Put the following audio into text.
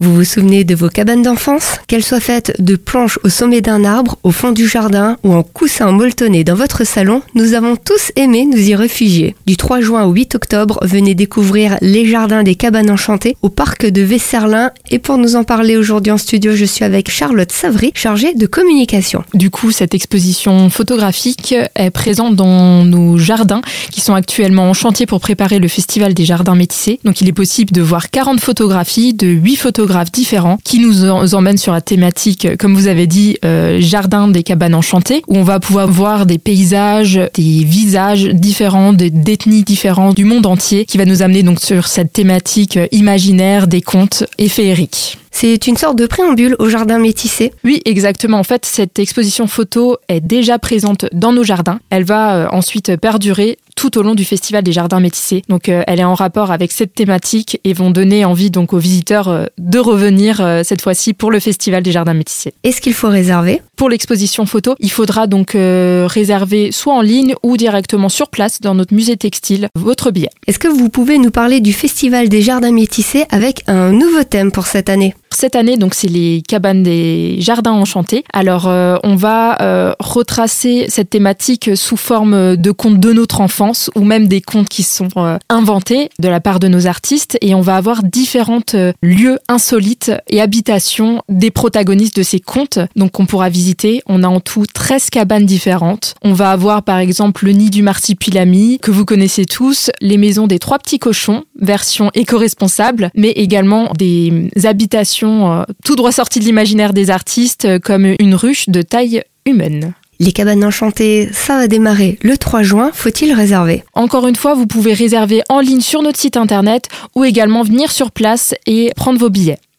Vous vous souvenez de vos cabanes d'enfance? Qu'elles soient faites de planches au sommet d'un arbre, au fond du jardin ou en coussin molletonné dans votre salon, nous avons tous aimé nous y réfugier. Du 3 juin au 8 octobre, venez découvrir les jardins des cabanes enchantées au parc de Vesserlin. Et pour nous en parler aujourd'hui en studio, je suis avec Charlotte Savry, chargée de communication. Du coup, cette exposition photographique est présente dans nos jardins qui sont actuellement en chantier pour préparer le Festival des Jardins Métissés. Donc il est possible de voir 40 photographies de 8 photographes différents qui nous emmènent sur la thématique, comme vous avez dit, jardin des cabanes enchantées, où on va pouvoir voir des paysages, des visages différents, d'ethnies différentes du monde entier, qui va nous amener donc sur cette thématique imaginaire des contes et féeriques. C'est une sorte de préambule au jardin métissé. Oui, exactement. En fait, cette exposition photo est déjà présente dans nos jardins. Elle va ensuite perdurer tout au long du Festival des Jardins Métissés. Donc, elle est en rapport avec cette thématique et vont donner envie donc aux visiteurs de revenir cette fois-ci pour le Festival des Jardins Métissés. Est-ce qu'il faut réserver? Pour l'exposition photo, il faudra donc réserver soit en ligne ou directement sur place dans notre musée textile votre billet. Est-ce que vous pouvez nous parler du Festival des Jardins Métissés avec un nouveau thème pour cette année? Cette année, donc, c'est les cabanes des jardins enchantés. Alors, on va retracer cette thématique sous forme de contes de notre enfance ou même des contes qui sont inventés de la part de nos artistes. Et on va avoir différents lieux insolites et habitations des protagonistes de ces contes. Donc, on pourra visiter. On a en tout 13 cabanes différentes. On va avoir, par exemple, le nid du marsipulami, que vous connaissez tous, les maisons des 3 petits cochons, version éco-responsable, mais également des habitations tout droit sorties de l'imaginaire des artistes, comme une ruche de taille humaine. Les cabanes enchantées, ça va démarrer le 3 juin, faut-il réserver? Encore une fois, vous pouvez réserver en ligne sur notre site internet ou également venir sur place et prendre vos billets.